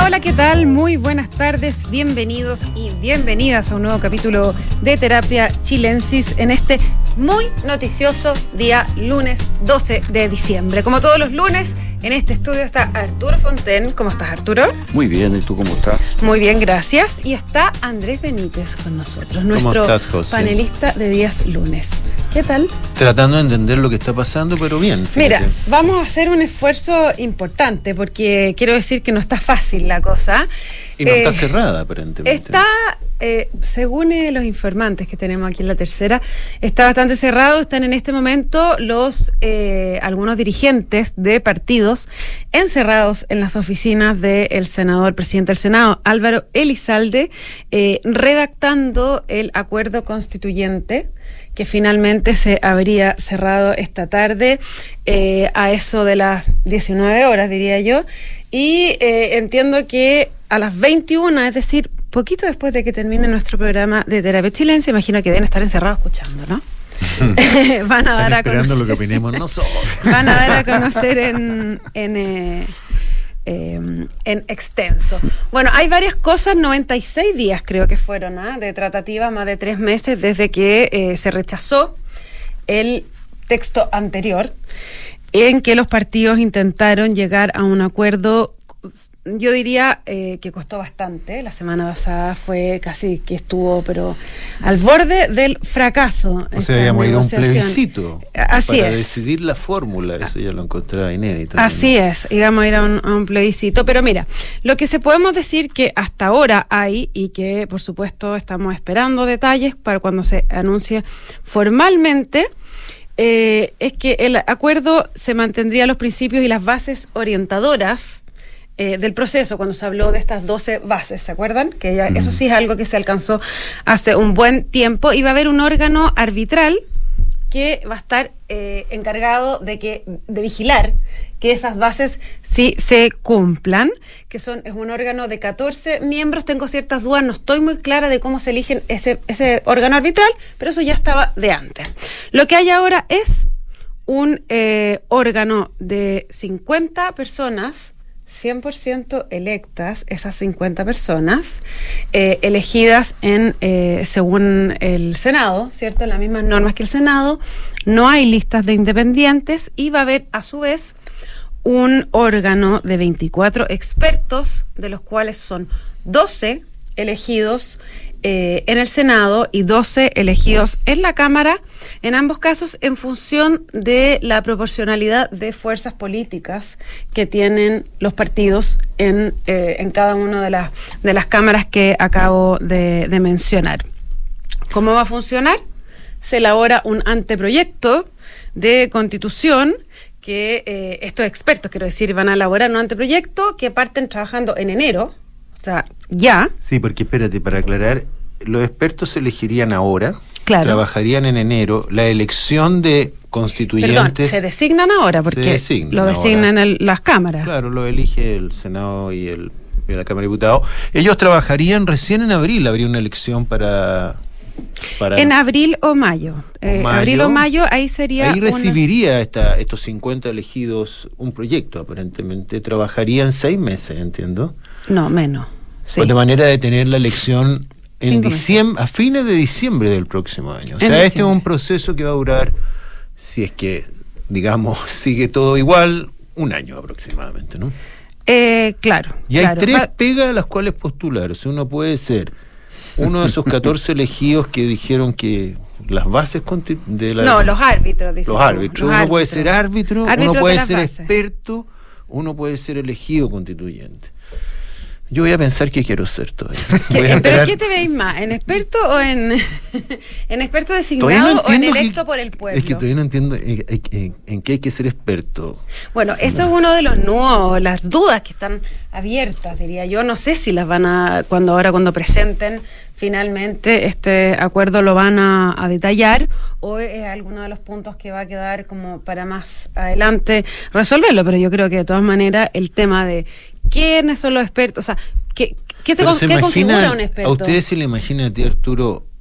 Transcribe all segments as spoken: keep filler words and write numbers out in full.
Hola, ¿qué tal? Muy buenas tardes, bienvenidos y bienvenidas a un nuevo capítulo de Terapia Chilensis en este muy noticioso día lunes doce de diciembre. Como todos los lunes, en este estudio está Arturo Fonten. ¿Cómo estás, Arturo? Muy bien, ¿y tú cómo estás? Muy bien, gracias. Y está Andrés Benítez con nosotros, nuestro ¿Cómo estás, José? Panelista de días lunes. ¿Qué tal? Tratando de entender lo que está pasando, pero bien. Fíjate. Mira, vamos a hacer un esfuerzo importante porque quiero decir que no está fácil la cosa. Y no eh, está cerrada, aparentemente. Está, eh, según eh, los informantes que tenemos aquí en la tercera, está bastante cerrado. Están en este momento los eh, algunos dirigentes de partidos encerrados en las oficinas del senador, presidente del Senado, Álvaro Elizalde, eh, redactando el acuerdo constituyente que finalmente se habría cerrado esta tarde eh, a eso de las diecinueve horas, diría yo. Y eh, entiendo que a las veintiuna, es decir, poquito después de que termine nuestro programa de Terapia Chilensis, imagino que deben estar encerrados escuchando, ¿no? Van a dar a esperando conocer lo que opinemos nosotros. Van a dar a conocer en en, eh, eh, en extenso. Bueno, hay varias cosas, noventa y seis días creo que fueron, ¿eh? de tratativa, más de tres meses desde que eh, se rechazó el texto anterior en que los partidos intentaron llegar a un acuerdo. Yo diría eh, que costó bastante. La semana pasada fue casi que estuvo, pero al borde del fracaso. O sea, íbamos a ir a un plebiscito. Así para es. decidir la fórmula. Eso ya lo encontraba inédito. Así ¿no? es, íbamos a ir a un, a un plebiscito. Pero mira, lo que se podemos decir que hasta ahora hay, y que por supuesto estamos esperando detalles para cuando se anuncie formalmente, eh, es que el acuerdo se mantendría los principios y las bases orientadoras Eh, del proceso, cuando se habló de estas doce bases, ¿se acuerdan? Que ya, mm. eso sí es algo que se alcanzó hace un buen tiempo, y va a haber un órgano arbitral que va a estar eh, encargado de que de vigilar que esas bases sí se cumplan, que son es un órgano de catorce miembros. Tengo ciertas dudas, no estoy muy clara de cómo se eligen ese, ese órgano arbitral, pero eso ya estaba de antes. Lo que hay ahora es un eh, órgano de cincuenta personas, cien por ciento electas, esas cincuenta personas, eh, elegidas en eh, según el Senado, ¿cierto? En las mismas normas que el Senado. No hay listas de independientes, y va a haber a su vez un órgano de veinticuatro expertos, de los cuales son doce elegidos Eh, en el Senado y doce elegidos en la Cámara, en ambos casos en función de la proporcionalidad de fuerzas políticas que tienen los partidos en, eh, en cada una de las, de las cámaras que acabo de, de mencionar. ¿Cómo va a funcionar? Se elabora un anteproyecto de constitución que eh, estos expertos, quiero decir, van a elaborar un anteproyecto que parten trabajando en enero. O sea, ya. Sí, porque espérate, para aclarar, los expertos se elegirían ahora, claro. Trabajarían en enero, la elección de constituyentes... Perdón, se designan ahora, porque designan lo designan el, las cámaras. Claro, lo elige el Senado y, el, y la Cámara de Diputados. Ellos trabajarían recién en abril, habría una elección para... para en abril o mayo. Eh, mayo. Abril o mayo, ahí sería... Ahí recibiría una... esta, estos cincuenta elegidos un proyecto, aparentemente. Trabajarían seis meses, entiendo. No, menos. Sí. Pues de manera de tener la elección en Cinco diciembre, meses. a fines de diciembre del próximo año. O sea, En este diciembre. es un proceso que va a durar, si es que, digamos, sigue todo igual, un año aproximadamente, ¿no? Eh, claro. Y hay claro. tres Va... pegas a las cuales postular. O sea, uno puede ser uno de esos catorce elegidos que dijeron que las bases de la... No, los árbitros, dicen. Los árbitros. Los uno árbitros. puede ser árbitro, Árbitros uno puede de las ser bases. experto, uno puede ser elegido constituyente. Yo voy a pensar qué quiero ser todavía. Voy a ¿Pero esperar. qué te veis más? ¿En experto o en en experto Todavía designado no o en entiendo electo que- por el pueblo? Es que todavía no entiendo en, en- en- en qué hay que ser experto. Bueno, eso es uno de los nudos, las dudas que están abiertas, diría yo. No sé si las van a, cuando ahora cuando presenten finalmente este acuerdo lo van a, a detallar, o es alguno de los puntos que va a quedar como para más adelante resolverlo. Pero yo creo que de todas maneras el tema de quiénes son los expertos, o sea, ¿qué, qué, se, Pero se qué configura imaginan- un experto? ¿A ustedes se le imagina a ti, Arturo,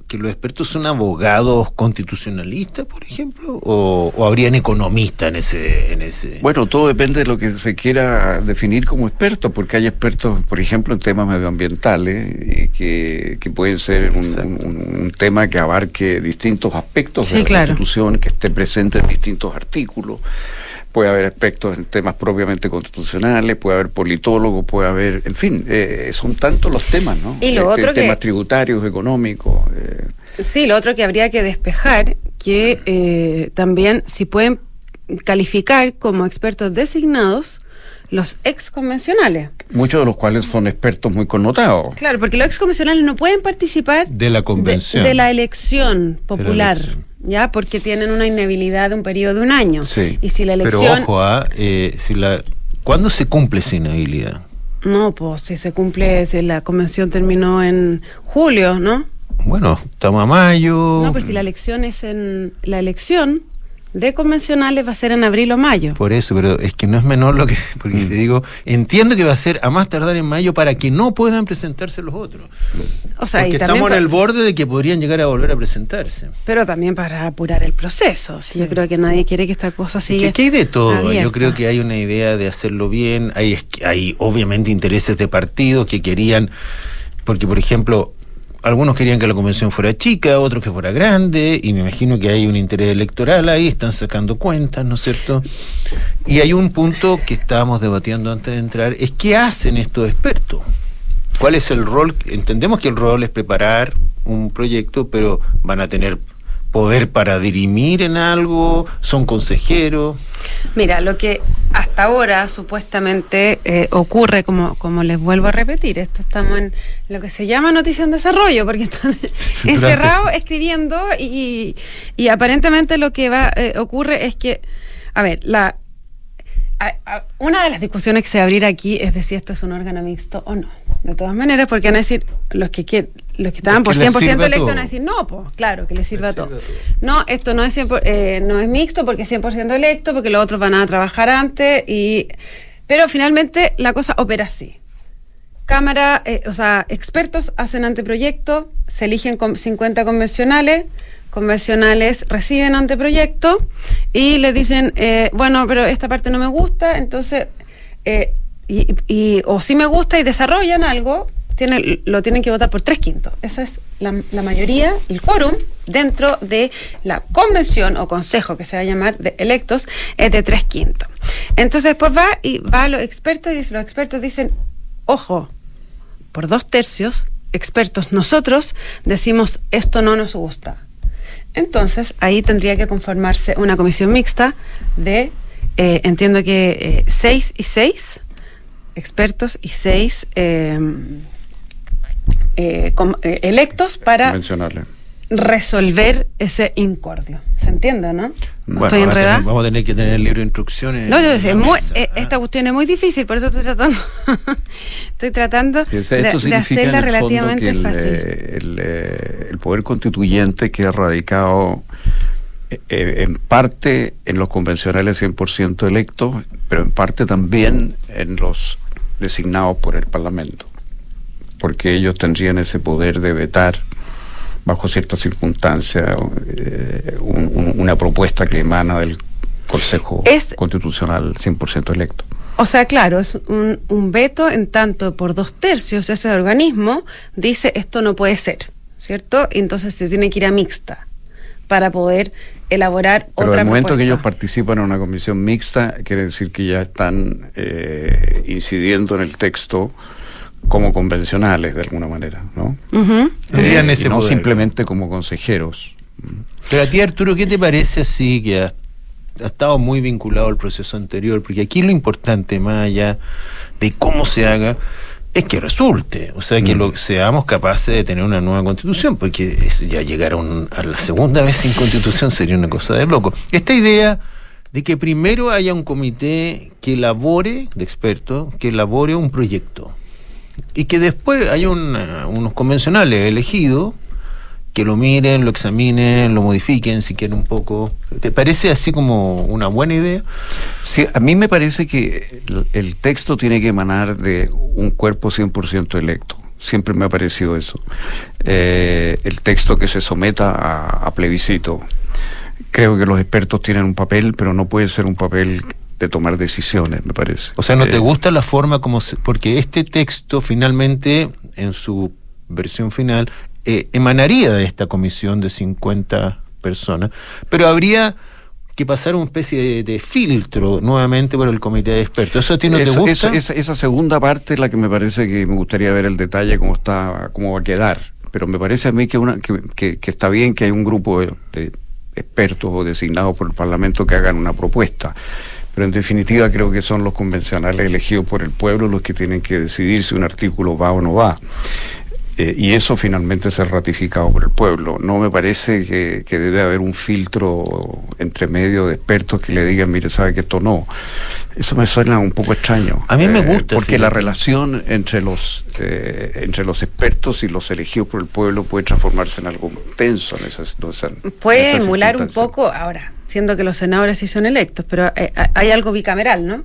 que los expertos son abogados constitucionalistas, por ejemplo, o, o habrían economistas en ese, en ese... Bueno, todo depende de lo que se quiera definir como experto, porque hay expertos, por ejemplo, en temas medioambientales, eh, que, que pueden ser un, un, un tema que abarque distintos aspectos sí, de la claro. Constitución, que esté presente en distintos artículos. Puede haber aspectos en temas propiamente constitucionales, puede haber politólogos, puede haber, en fin, eh, son tantos los temas, ¿no? Y lo este, otro temas que... tributarios, económicos. Eh. Sí, lo otro que habría que despejar, que eh, también si pueden calificar como expertos designados los ex convencionales. Muchos de los cuales son expertos muy connotados. Claro, porque los ex convencionales no pueden participar de la convención. De, de la elección popular. De la elección. Ya, porque tienen una inhabilidad de un periodo de un año. Sí. Y si la elección... Pero ojo, ¿ah? eh, si la, ¿cuándo se cumple esa inhabilidad? No, pues si se cumple, si la convención terminó en julio, ¿no? Bueno, estamos a mayo. No, pero si la elección es en... La elección de convencionales va a ser en abril o mayo. Por eso, pero es que no es menor lo que... Porque mm. te digo, entiendo que va a ser a más tardar en mayo para que no puedan presentarse los otros. O sea, porque y estamos también en el borde de que podrían llegar a volver a presentarse. Pero también para apurar el proceso. O sea, yo creo que nadie quiere que esta cosa siga es que, que hay de todo. abierta. Yo creo que hay una idea de hacerlo bien. Hay, hay obviamente intereses de partidos que querían... Porque, por ejemplo... Algunos querían que la convención fuera chica, otros que fuera grande, y me imagino que hay un interés electoral ahí, están sacando cuentas, ¿no es cierto? Y hay un punto que estábamos debatiendo antes de entrar, es ¿qué hacen estos expertos? ¿Cuál es el rol? Entendemos que el rol es preparar un proyecto, pero van a tener poder para dirimir en algo, son consejeros. Mira, lo que hasta ahora supuestamente eh, ocurre, como, como les vuelvo a repetir, esto estamos en lo que se llama noticia en desarrollo, porque están encerrados escribiendo y, y aparentemente lo que va eh, ocurre es que, a ver, la a, a, una de las discusiones que se va a abrir aquí es de si esto es un órgano mixto o no. De todas maneras, porque van a decir, los que quieren, los que estaban por cien por ciento electos van a decir, no, pues claro, que les sirva a todo. todo. No, esto no es cien por, eh, no es mixto porque es cien por ciento electo, porque los otros van a trabajar antes, y pero finalmente la cosa opera así. Cámara, eh, o sea, expertos hacen anteproyecto, se eligen con cincuenta convencionales, convencionales reciben anteproyecto y les dicen, eh, bueno, pero esta parte no me gusta, entonces... Eh, Y, y o si me gusta y desarrollan algo, tienen, lo tienen que votar por tres quintos. Esa es la, la mayoría, el quórum dentro de la convención o consejo que se va a llamar de electos es de tres quintos. Entonces después va y va a los expertos y los expertos dicen, ojo, por dos tercios, expertos nosotros decimos esto no nos gusta. Entonces ahí tendría que conformarse una comisión mixta de, eh, entiendo que eh, seis y seis expertos y seis eh, eh, com, eh, electos para resolver ese incordio. ¿Se entiende, no? Bueno, ¿estoy enredada? Tener, vamos a tener que tener el libro de instrucciones. No, yo sé, muy, eh, esta cuestión es muy difícil, por eso estoy tratando estoy tratando sí, o sea, de, de hacerla relativamente el, fácil. El, el, el poder constituyente queda radicado Eh, en parte en los convencionales cien por ciento electos, pero en parte también en los designados por el Parlamento, porque ellos tendrían ese poder de vetar bajo ciertas circunstancias eh, un, un, una propuesta que emana del Consejo es, Constitucional cien por ciento electo. O sea, claro, es un, un veto en tanto por dos tercios ese organismo dice esto no puede ser, ¿cierto? Y entonces se tiene que ir a mixta para poder elaborar Pero otra propuesta. Pero el momento que ellos participan en una comisión mixta, quiere decir que ya están eh, incidiendo en el texto como convencionales, de alguna manera, ¿no? Uh-huh. Eh, ese y no poder, simplemente ¿no? como consejeros. Pero a ti, Arturo, ¿qué te parece así que ha, ha estado muy vinculado al proceso anterior? Porque aquí lo importante, más allá de cómo se haga, es que resulte, o sea, que mm. lo, seamos capaces de tener una nueva constitución, porque es, ya llegar a, un, a la segunda vez sin constitución sería una cosa de loco. Esta idea de que primero haya un comité que elabore, de expertos, que elabore un proyecto, y que después haya una, unos convencionales elegidos que lo miren, lo examinen, lo modifiquen si quieren un poco. ¿Te parece así como una buena idea? Sí, a mí me parece que el, el texto tiene que emanar de un cuerpo cien por ciento electo, Siempre me ha parecido eso. Eh, el texto que se someta a, a plebiscito. Creo que los expertos tienen un papel, pero no puede ser un papel de tomar decisiones, me parece. O sea, ¿no eh, te gusta la forma como se, porque este texto finalmente, en su versión final, eh, emanaría de esta comisión de cincuenta personas, pero habría que pasar una especie de, de filtro nuevamente por el comité de expertos. ¿Eso a ti no eso, te gusta? Eso, esa, esa segunda parte es la que me parece que me gustaría ver el detalle, cómo está, cómo va a quedar. Pero me parece a mí que, una, que, que, que está bien que hay un grupo de, de expertos o designados por el Parlamento que hagan una propuesta. Pero en definitiva creo que son los convencionales elegidos por el pueblo los que tienen que decidir si un artículo va o no va. Eh, y eso finalmente ser ratificado por el pueblo. No me parece que, que debe haber un filtro entre medio de expertos que le digan, mire, sabe que esto no. Eso me suena un poco extraño. A mí me gusta. Eh, porque fíjate. la relación entre los eh, entre los expertos y los elegidos por el pueblo puede transformarse en algo tenso en esas dos. Puede emular un poco, ahora, siendo que los senadores sí son electos, pero eh, hay algo bicameral, ¿no?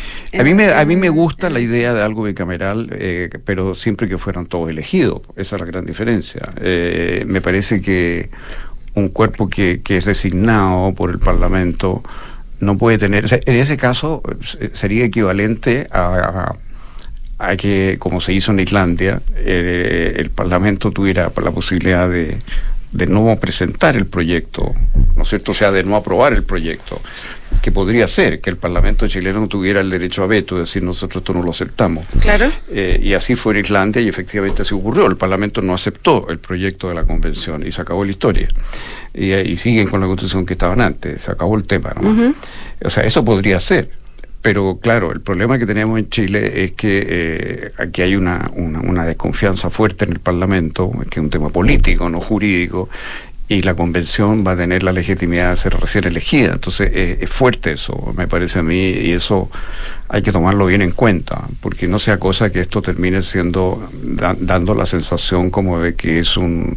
A mí me a mí me gusta la idea de algo bicameral, eh, pero siempre que fueran todos elegidos. Esa es la gran diferencia. Eh, me parece que un cuerpo que, que es designado por el Parlamento no puede tener... O sea, en ese caso sería equivalente a, a, a que, como se hizo en Islandia, eh, el Parlamento tuviera la posibilidad de... de no presentar el proyecto, ¿no es cierto? O sea, de no aprobar el proyecto, que podría ser que el Parlamento chileno tuviera el derecho a veto, es decir, nosotros esto no lo aceptamos. Claro. Eh, y así fue en Islandia y efectivamente así ocurrió. El Parlamento no aceptó el proyecto de la convención y se acabó la historia. Y, y siguen con la constitución que estaban antes, se acabó el tema, ¿no? Uh-huh. O sea, eso podría ser. Pero claro, el problema que tenemos en Chile es que eh, aquí hay una, una, una desconfianza fuerte en el Parlamento, que es un tema político, no jurídico, y la convención va a tener la legitimidad de ser recién elegida. Entonces eh, es fuerte eso, me parece a mí, y eso hay que tomarlo bien en cuenta, porque no sea cosa que esto termine siendo, da, dando la sensación como de que es un...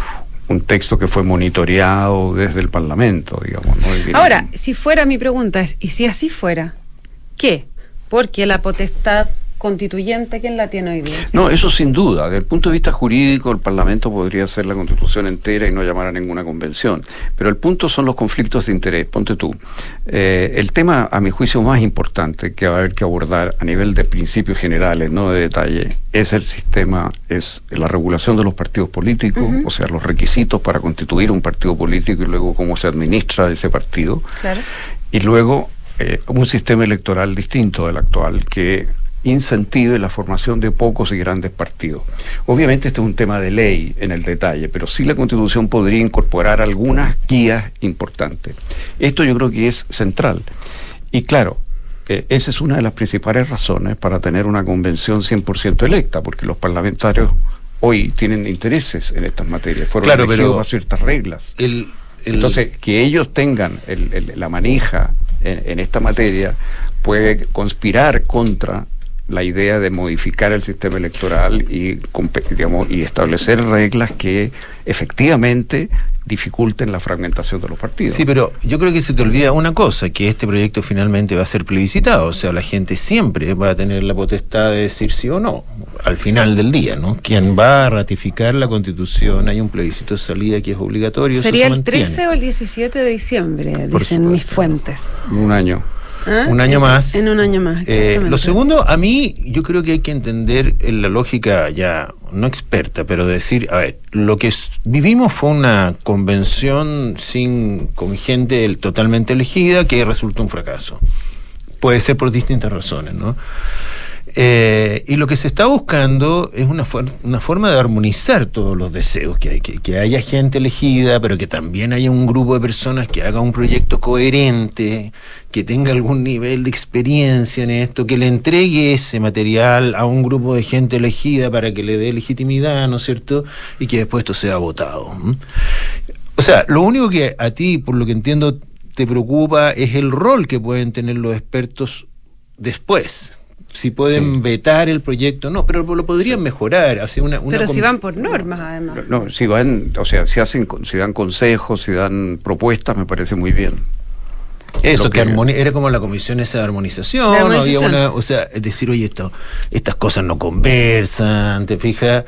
un texto que fue monitoreado desde el Parlamento, digamos, ¿no? Ahora, si fuera, mi pregunta es, ¿y si así fuera? ¿Qué? Porque la potestad constituyente, ¿quién la tiene hoy día? No, eso sin duda. Desde el punto de vista jurídico, el Parlamento podría hacer la Constitución entera y no llamar a ninguna convención. Pero el punto son los conflictos de interés. Ponte tú. Eh, el tema, a mi juicio, más importante que va a haber que abordar a nivel de principios generales, no de detalle, es el sistema, es la regulación de los partidos políticos, uh-huh. o sea, los requisitos para constituir un partido político y luego cómo se administra ese partido. Claro. Y luego eh, un sistema electoral distinto del actual que incentive la formación de pocos y grandes partidos. Obviamente este es un tema de ley en el detalle, pero sí la Constitución podría incorporar algunas guías importantes. Esto yo creo que es central. Y claro, eh, esa es una de las principales razones para tener una convención cien por ciento electa, porque los parlamentarios hoy tienen intereses en estas materias, fueron claro, elegidos pero a ciertas reglas. El, el... Entonces, que ellos tengan el, el, la manija en, en esta materia puede conspirar contra la idea de modificar el sistema electoral y, digamos, y establecer reglas que efectivamente dificulten la fragmentación de los partidos. Sí, pero yo creo que se te olvida una cosa, que este proyecto finalmente va a ser plebiscitado, o sea, la gente siempre va a tener la potestad de decir sí o no, al final del día, ¿no? Quien va a ratificar la Constitución, hay un plebiscito de salida que es obligatorio. ¿Sería eso se el trece o el diecisiete de diciembre, Por dicen supuesto. mis fuentes? Un año. ¿Ah? Un año en, más. En un año más, exactamente. Eh, lo segundo, a mí, yo creo que hay que entender en la lógica ya, no experta, pero decir, a ver, lo que es, vivimos fue una convención sin con gente el, totalmente elegida que resultó un fracaso. Puede ser por distintas razones, ¿no? Eh, y lo que se está buscando es una, for una forma de armonizar todos los deseos, que, hay, que, que haya gente elegida, pero que también haya un grupo de personas que haga un proyecto coherente, que tenga algún nivel de experiencia en esto, que le entregue ese material a un grupo de gente elegida para que le dé legitimidad, ¿no es cierto? Y que después esto sea votado. ¿Mm? O sea, lo único que a ti, por lo que entiendo, te preocupa es el rol que pueden tener los expertos después. Si pueden sí. vetar el proyecto, no, pero lo podrían sí. mejorar. Hacer una, una pero si van por normas, además. No, no, si van, o sea, si hacen, si dan consejos, si dan propuestas, me parece muy bien. Eso, Lo que, que armoni- era como la comisión esa de armonización, De no había armonización. una, o sea, es decir, oye, esto, estas cosas no conversan, te fijas.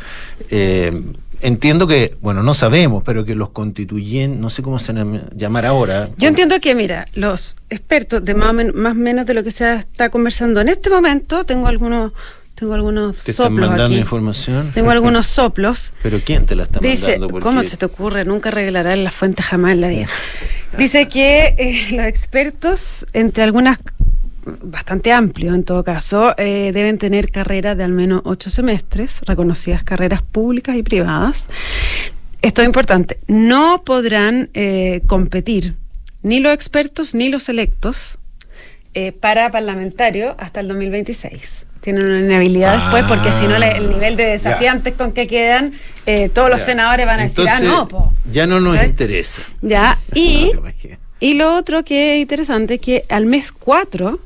Eh, entiendo que, bueno, no sabemos, pero que los constituyentes, no sé cómo se van a llamar ahora. Yo entiendo que, mira, los expertos de más o men- más o menos de lo que se está conversando en este momento, tengo algunos tengo algunos ¿Te están soplos mandando aquí. información? Tengo algunos soplos. ¿Pero quién te la está Dice, mandando? Porque- ¿cómo se te ocurre? Nunca revelarán la fuente jamás en la vida. Dice que eh, los expertos, entre algunas, bastante amplio en todo caso, eh, deben tener carreras de al menos ocho semestres, reconocidas carreras públicas y privadas. Esto es importante. No podrán eh, competir ni los expertos ni los electos eh, para parlamentarios hasta el dos mil veintiséis. Tienen una inhabilidad Ah, después, porque si no le- el nivel de desafiantes con que quedan, eh, todos los Ya. senadores van a Entonces, decir, ah, no, po. ya no nos ¿Sí? interesa. Ya, y, No te imaginas. y lo otro que es interesante es que al mes cuatro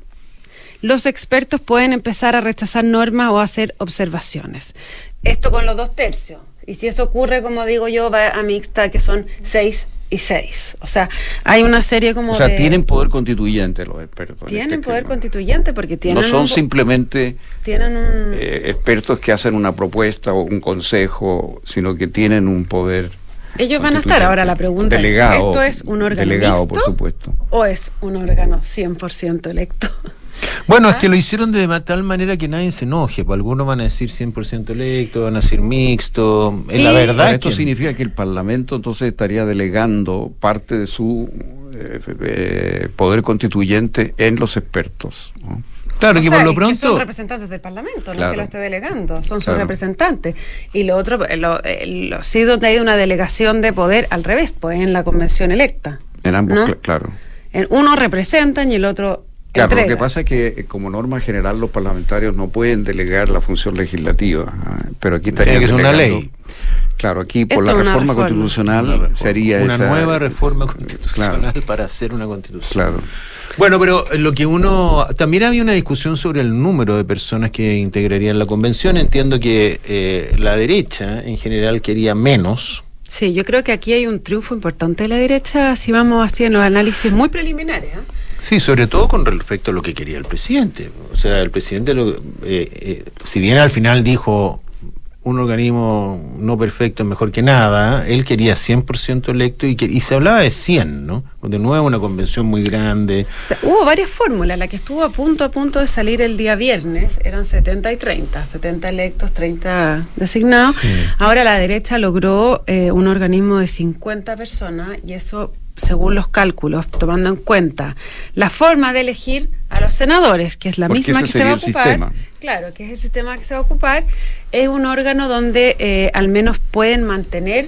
los expertos pueden empezar a rechazar normas o hacer observaciones. Esto con los dos tercios. Y si eso ocurre, como digo yo, va a mixta, que son seis y seis. O sea, hay una serie como O sea, de... tienen poder constituyente los expertos. en Tienen este poder tema. constituyente porque tienen No son un- simplemente tienen un... eh, expertos que hacen una propuesta o un consejo, sino que tienen un poder. Ellos van a estar. constituyente. Ahora la pregunta Delegado, es, ¿esto es un órgano delegado, mixto por supuesto. o es un órgano cien por ciento electo? Bueno, es que lo hicieron de tal manera que nadie se enoje. Pues algunos van a decir cien por ciento electo, van a decir mixto. Es la Y- verdad. Pero esto que- significa que el Parlamento entonces estaría delegando parte de su eh, eh, poder constituyente en los expertos, ¿no? Claro, O que sea, por lo y que pronto. son representantes del Parlamento, no Claro. que lo esté delegando, son sus Claro. representantes. Y lo otro, eh, lo, eh, lo- sí donde hay una delegación de poder al revés, pues en la convención electa. En ambos, ¿no? cl- claro. En- uno representan y el otro Claro, entrega. lo que pasa es que eh, como norma general los parlamentarios no pueden delegar la función legislativa, ah, pero aquí estaría Tiene que ser una delegando- ley. Claro, aquí por Esto la es una reforma, reforma. constitucional Una reforma. sería una esa- nueva reforma Claro, constitucional para hacer una constitución. claro. Bueno, pero lo que uno... También había una discusión sobre el número de personas que integrarían la convención. Entiendo que eh, la derecha en general quería menos. Sí, yo creo que aquí hay un triunfo importante de la derecha si vamos haciendo los análisis muy preliminares. ¿eh? Sí, sobre todo con respecto a lo que quería el presidente. O sea, el presidente, lo, eh, eh, si bien al final dijo un organismo no perfecto es mejor que nada, él quería cien por ciento electo y, que, y se hablaba de cien, ¿no? De nuevo una convención muy grande. Se- Hubo varias fórmulas, la que estuvo a punto a punto de salir el día viernes eran setenta y treinta, setenta electos, treinta designados. Sí. Ahora la derecha logró eh, un organismo de cincuenta personas y eso, según los cálculos, tomando en cuenta la forma de elegir a los senadores, que es la Porque misma ese que se va a sería el ocupar. sistema. Claro, que es el sistema que se va a ocupar, es un órgano donde eh, al menos pueden mantener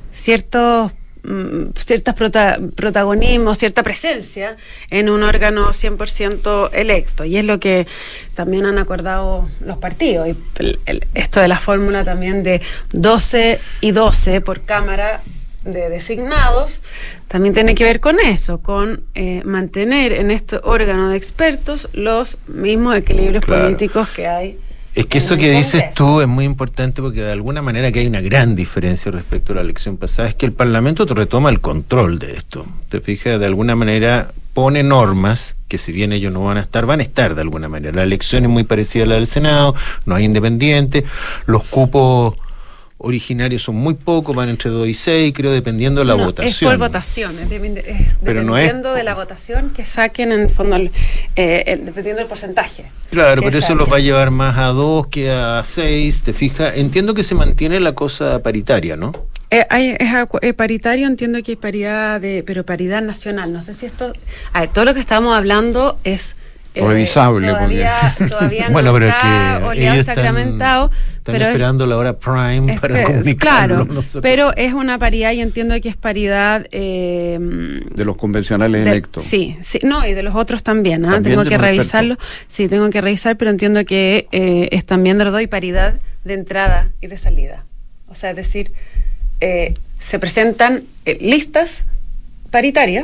ciertos mm, ciertas prota protagonismo, cierta presencia en un órgano cien por ciento electo, y es lo que también han acordado los partidos. Y el, el, esto de la fórmula también de doce y doce por cámara de designados también tiene que ver con eso, con eh, mantener en este órgano de expertos los mismos equilibrios Claro. políticos que hay. Es que en eso el que dices Congreso. tú es muy importante porque de alguna manera que hay una gran diferencia respecto a la elección pasada, es que el Parlamento te retoma el control de esto. Te fijas, de alguna manera pone normas que si bien ellos no van a estar, van a estar de alguna manera. La elección es muy parecida a la del Senado, no hay independientes, los cupos originarios son muy pocos, van entre dos y seis, creo, dependiendo de la No, votación. es por votación, es, de- es Pero no es- dependiendo de la votación que saquen en el fondo, el, eh, el- dependiendo del porcentaje. Claro, que pero eso saquen. los va a llevar más a dos que a seis, te fijas. Entiendo que se mantiene la cosa paritaria, ¿no? Eh, hay- es acu- eh, paritario, entiendo que hay paridad, de, pero paridad nacional. No sé si esto... A ver, todo lo que estamos hablando es... eh, Revisable, Todavía, todavía no Bueno, pero es está que oleado, ellos están, sacramentado. están pero es- esperando la hora prime es para que- comunicarlo. claro, nosotros. pero es una paridad y entiendo que es paridad... Eh, de los convencionales de- electos. Sí, sí, no, y de los otros también, ¿ah? También Tengo de que los revisarlo. Sí, tengo que revisar, pero entiendo que eh, es también de los dos y paridad de entrada y de salida. O sea, es decir, eh, se presentan eh, listas paritarias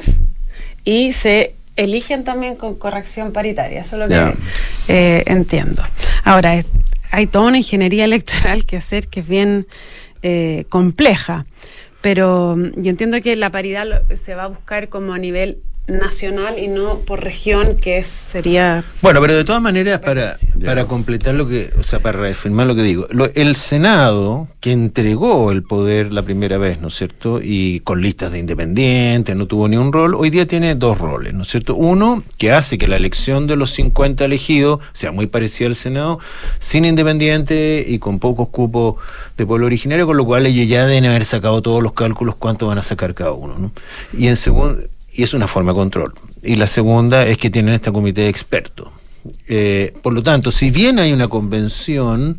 y se eligen también con corrección paritaria. Eso es lo que Ya. eh, entiendo. Ahora, es- hay toda una ingeniería electoral que hacer que es bien eh, compleja, pero mm, yo entiendo que la paridad lo- se va a buscar como a nivel nacional y no por región, que es, sería... Bueno, pero de todas maneras, para, para completar lo que, o sea, para reafirmar lo que digo, lo, el Senado, que entregó el poder la primera vez, ¿no es cierto?, y con listas de independientes, no tuvo ni un rol, hoy día tiene dos roles, ¿no es cierto? Uno, que hace que la elección de los cincuenta elegidos sea muy parecida al Senado, sin independientes y con pocos cupos de pueblo originario, con lo cual ellos ya deben haber sacado todos los cálculos cuánto van a sacar cada uno, ¿no? Y en segundo... Y es una forma de control. Y la segunda es que tienen este comité de expertos. Eh, por lo tanto, si bien hay una convención,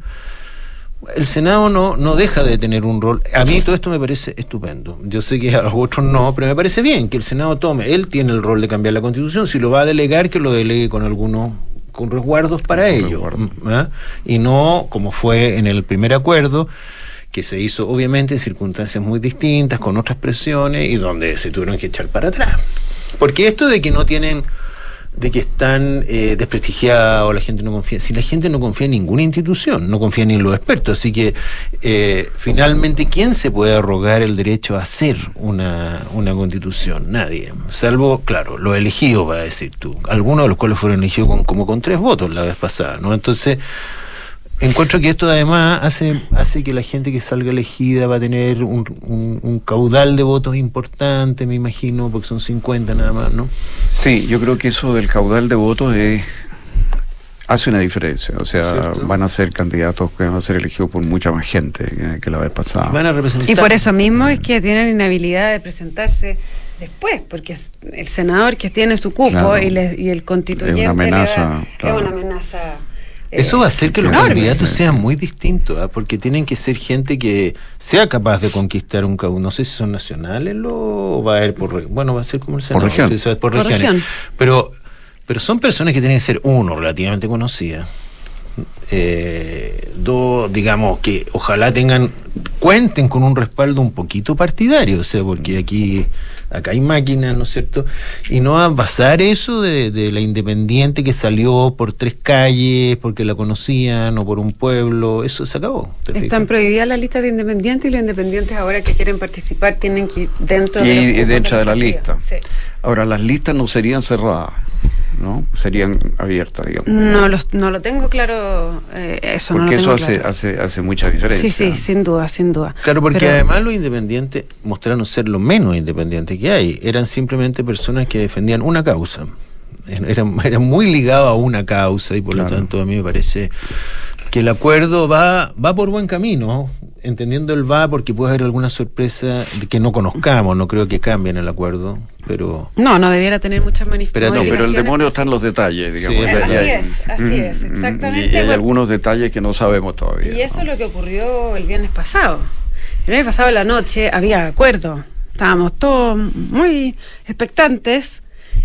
el Senado no, no deja de tener un rol. A mí todo esto me parece estupendo. Yo sé que a los otros no, pero me parece bien que el Senado tome. Él tiene el rol de cambiar la Constitución. Si lo va a delegar, que lo delegue con algunos con resguardos para con ello. Resguardo. ¿Ah? Y no como fue en el primer acuerdo, que se hizo obviamente en circunstancias muy distintas, con otras presiones, y donde se tuvieron que echar para atrás. Porque esto de que no tienen, de que están eh, desprestigiados, la gente no confía, si la gente no confía en ninguna institución, no confía ni en los expertos, así que eh, finalmente, ¿quién se puede arrogar el derecho a hacer una, una constitución? Nadie, salvo, claro, los elegidos, va a decir tú, algunos de los cuales fueron elegidos con, como con tres votos la vez pasada, ¿no? Entonces, encuentro que esto además hace hace que la gente que salga elegida va a tener un, un, un caudal de votos importante, me imagino, porque son cincuenta nada más, ¿no? Sí, yo creo que eso del caudal de votos es, hace una diferencia. O sea, ¿cierto? Van a ser candidatos que van a ser elegidos por mucha más gente que, que la vez pasada. Van a representar. Y por eso mismo es que tienen inhabilidad de presentarse después, porque es el senador que tiene su cupo, claro, y, le, y el constituyente es una amenaza, le da, claro. es una amenaza. Eso va a hacer que los enorme, candidatos sí. sean muy distintos, ¿eh? Porque tienen que ser gente que sea capaz de conquistar un caudal. No sé si son nacionales o va a ir por... Bueno, va a ser como el Senado. Por región. O sea, por, por regiones. región. Pero, pero son personas que tienen que ser, uno, relativamente conocidas. Eh, dos, digamos, que ojalá tengan, cuenten con un respaldo un poquito partidario, o sea, porque aquí acá hay máquinas, ¿no es cierto? Y no a basar eso de, de la independiente que salió por tres calles porque la conocían o por un pueblo, eso se acabó. Están prohibidas las listas de independientes, y los independientes ahora que quieren participar tienen que ir dentro y, de, y dentro de la lista. Sí. Ahora, las listas no serían cerradas, ¿no? Serían abiertas, digamos. No, los, no lo tengo claro, eh, eso porque no lo eso tengo hace, claro. hace hace mucha diferencia. Sí, sí, sin duda, sin duda. Claro, porque Pero, además los independientes mostraron ser lo menos independientes que hay. Eran simplemente personas que defendían una causa. Eran, eran muy ligados a una causa, y por claro. lo tanto a mí me parece que el acuerdo va va por buen camino, entendiendo el va, porque puede haber alguna sorpresa que no conozcamos. No creo que cambien el acuerdo, pero... No, no debiera tener muchas manifestaciones. No, pero el demonio está en los detalles, digamos. Sí, o sea, así hay, es, así mm, es, exactamente. Y, y hay bueno, algunos detalles que no sabemos todavía. Y eso ¿no? es lo que ocurrió el viernes pasado. El viernes pasado en la noche había acuerdo. Estábamos todos muy expectantes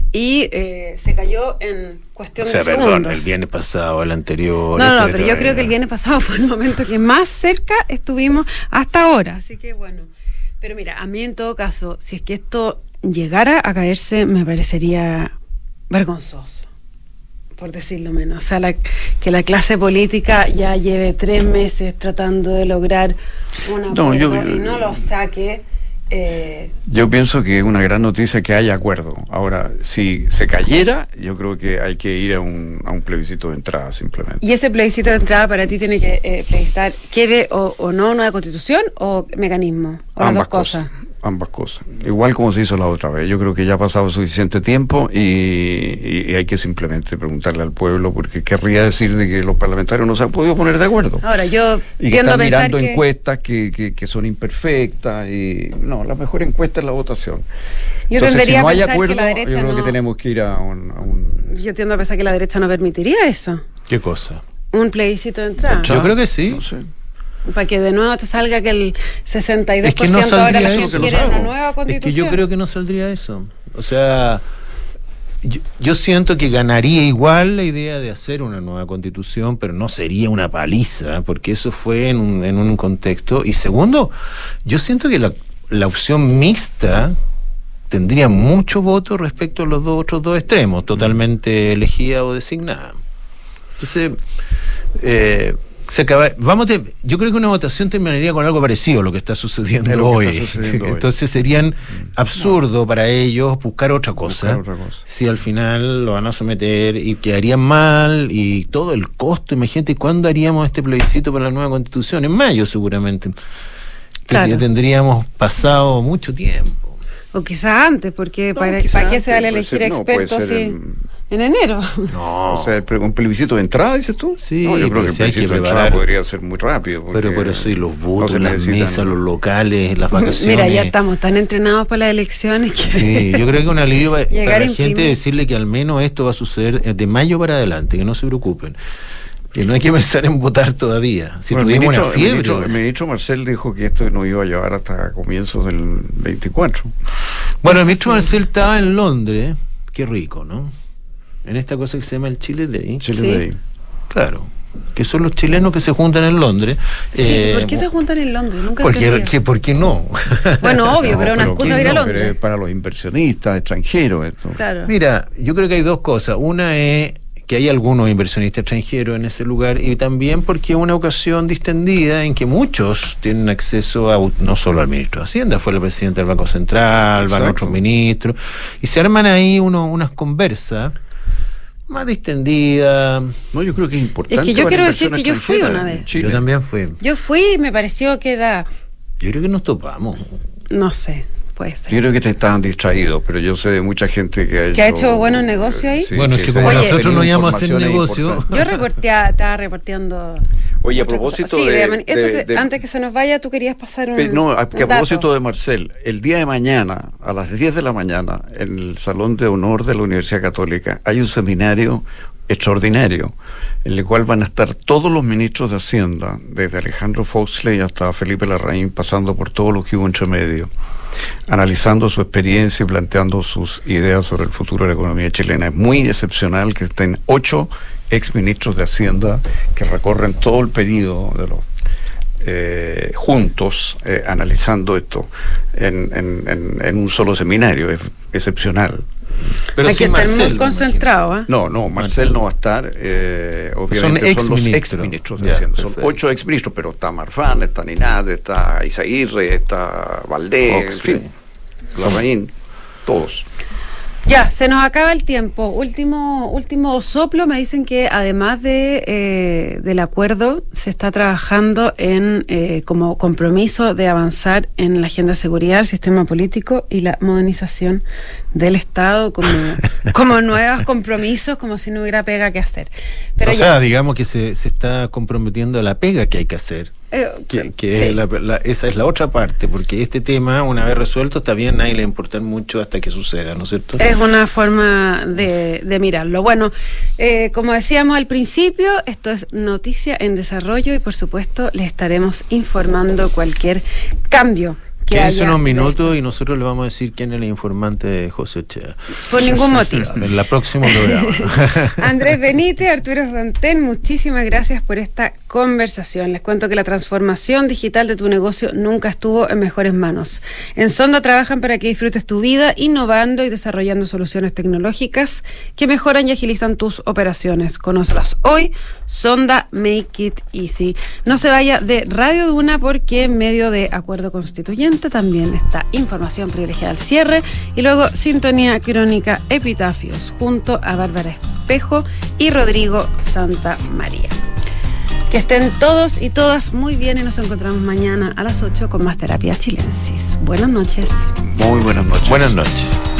y eh, se cayó en cuestión o sea, de perdón, segundos. el viernes pasado, el anterior... No, no, este, pero yo creo que el viernes pasado fue el momento que más cerca estuvimos hasta ahora. Así que bueno. Pero mira, a mí en todo caso, si es que esto llegara a caerse, me parecería vergonzoso, por decirlo menos. O sea, la, que la clase política ya lleve tres meses tratando de lograr un acuerdo no, yo, y no lo saque. Eh, yo pienso que es una gran noticia que haya acuerdo. Ahora, si se cayera, yo creo que hay que ir a un, a un plebiscito de entrada, simplemente. y ese plebiscito de entrada para ti tiene que eh, plebiscitar, ¿quiere o, o no nueva constitución o mecanismo? O ambas las dos cosas. cosas. Ambas cosas. Igual como se hizo la otra vez. Yo creo que ya ha pasado suficiente tiempo y, y, y hay que simplemente preguntarle al pueblo, porque querría decir de que los parlamentarios no se han podido poner de acuerdo. Ahora, yo y que tiendo a están pensar mirando que... encuestas que, que, que son imperfectas y no, la mejor encuesta es la votación. Yo Entonces, tendería si no a hay pensar acuerdo, que la derecha yo creo no... que tenemos que ir a un, a un... Yo tiendo a pensar que la derecha no permitiría eso. ¿Qué cosa? Un plebiscito de entrada. Yo creo que sí. No sé. Para que de nuevo te salga que el sesenta y dos Es que por ciento no ahora la saldría gente eso, quiere no una sabemos. nueva Es constitución. que yo creo que no saldría eso. O sea, yo, yo siento que ganaría igual la idea de hacer una nueva constitución, pero no sería una paliza, porque eso fue en un, en un contexto. Y segundo, yo siento que la, la opción mixta tendría mucho voto respecto a los dos, otros dos extremos, totalmente elegida o designada. Entonces, eh, Se acaba, vamos a, yo creo que una votación terminaría con algo parecido a lo que está sucediendo lo hoy. que está sucediendo Entonces hoy. serían Mm. absurdo no. para ellos buscar otra cosa, buscar otra cosa si al final lo van a someter y quedarían mal y todo el costo. Imagínate cuándo haríamos este plebiscito para la nueva constitución, en mayo seguramente. Claro. Ya tendríamos pasado mucho tiempo. O quizás antes, porque No, ¿para, quizás ¿para qué se vale antes, elegir puede ser- no, puede expertos ser si en- en enero? No, O sea, el pre- un plebiscito de entrada, dices tú. Sí, no, yo creo pero que el si hay que plebiscito de entrada preparar- podría ser muy rápido. porque pero por eso y los no votos, se las necesitan- mesas, los locales, las vacaciones. Mira, ya estamos tan entrenados para las elecciones que... Sí, yo creo que un alivio para, Llegar para a la imprimir. gente decirle que al menos esto va a suceder de mayo para adelante, que no se preocupen. Que no hay que pensar en votar todavía. Si Bueno, el tuvimos ministro, una fiebre. El ministro, el ministro Marcel dijo que esto no iba a llevar hasta comienzos del veinticuatro. Bueno, el ministro Marcel estaba en Londres, qué rico, ¿no? En esta cosa que se llama el Chile Day. Chile Sí. Day. Claro, que son los chilenos que se juntan en Londres. Sí, Eh, ¿por qué se juntan en Londres? Nunca porque, entendí. que, ¿Por qué no? Bueno, obvio, No, pero una excusa ¿quién de ir a no? Londres. Pero es para los inversionistas extranjeros esto. Claro. Mira, yo creo que hay dos cosas. Una es que hay algunos inversionistas extranjeros en ese lugar y también porque es una ocasión distendida en que muchos tienen acceso a, no solo al ministro de Hacienda, fue el presidente del Banco Central, van Exacto. otros ministros, y se arman ahí uno, unas conversas más distendidas. No, yo creo que es importante. Es que yo para quiero la decir inversión que yo fui extranjera una en vez. Chile. Yo también fui. Yo fui y me pareció que era, Yo creo que nos topamos. no sé, puede Yo ser. creo que te estaban distraídos, pero yo sé de mucha gente que ha hecho... ¿Que ha hecho buenos negocios ahí? Bueno, es que se como ha nosotros tenido no íbamos a hacer informaciones negocio. importantes. Yo reportea, estaba reporteando... Oye, a otra cosa. propósito Sí, de... de- eso de- te- de- antes que se nos vaya, tú querías pasar un, Pe- No, a, un que a dato. propósito de Marcel, el día de mañana, a las diez de la mañana, en el Salón de Honor de la Universidad Católica, hay un seminario extraordinario, en el cual van a estar todos los ministros de Hacienda, desde Alejandro Foxley hasta Felipe Larraín, pasando por todos los que hubo entre medio, analizando su experiencia y planteando sus ideas sobre el futuro de la economía chilena. Es muy excepcional que estén ocho exministros de Hacienda que recorren todo el periodo de los Eh, juntos eh, analizando esto en, en, en, en un solo seminario. Es excepcional. Pero Hay sin que estar Marcel, muy me concentrado, ¿eh? No, no, Marcel no va a estar, eh, obviamente son, los exministros. exministros de Ya, Hacienda, son perfecto. ocho exministros, pero está Marfan, está Ninad, está Isaguirre, está Valdés, en Foxley. fin, Larraín, todos. Ya, se nos acaba el tiempo. Último último soplo, me dicen que además de eh, del acuerdo, se está trabajando en eh, como compromiso de avanzar en la agenda de seguridad, el sistema político y la modernización del Estado como, como nuevos compromisos, como si no hubiera pega que hacer. Pero o ya, sea, digamos que se, se está comprometiendo a la pega que hay que hacer. eh, Que, que sí. es la- la- esa es la otra parte, porque este tema, una vez resuelto, está bien, nadie le importa mucho hasta que suceda, ¿no es cierto? Es una forma de, de mirarlo. Bueno, eh, como decíamos al principio, esto es noticia en desarrollo y por supuesto les estaremos informando cualquier cambio que Quédense haya unos de minutos esto. y nosotros le vamos a decir quién es el informante de José Ochea. Por ningún motivo. En el próximo programa. Andrés Benítez, Arturo Fonten, muchísimas gracias por esta conversación. Les cuento que la transformación digital de tu negocio nunca estuvo en mejores manos. En Sonda trabajan para que disfrutes tu vida, innovando y desarrollando soluciones tecnológicas que mejoran y agilizan tus operaciones. Conócelas hoy, Sonda Make It Easy. No se vaya de Radio Duna porque en medio de acuerdo constituyente también está información privilegiada al cierre y luego sintonía crónica Epitafios junto a Bárbara Espejo y Rodrigo Santa María. Que estén todos y todas muy bien y nos encontramos mañana a las ocho con más Terapia Chilensis. Buenas noches. Muy buenas noches. Buenas noches.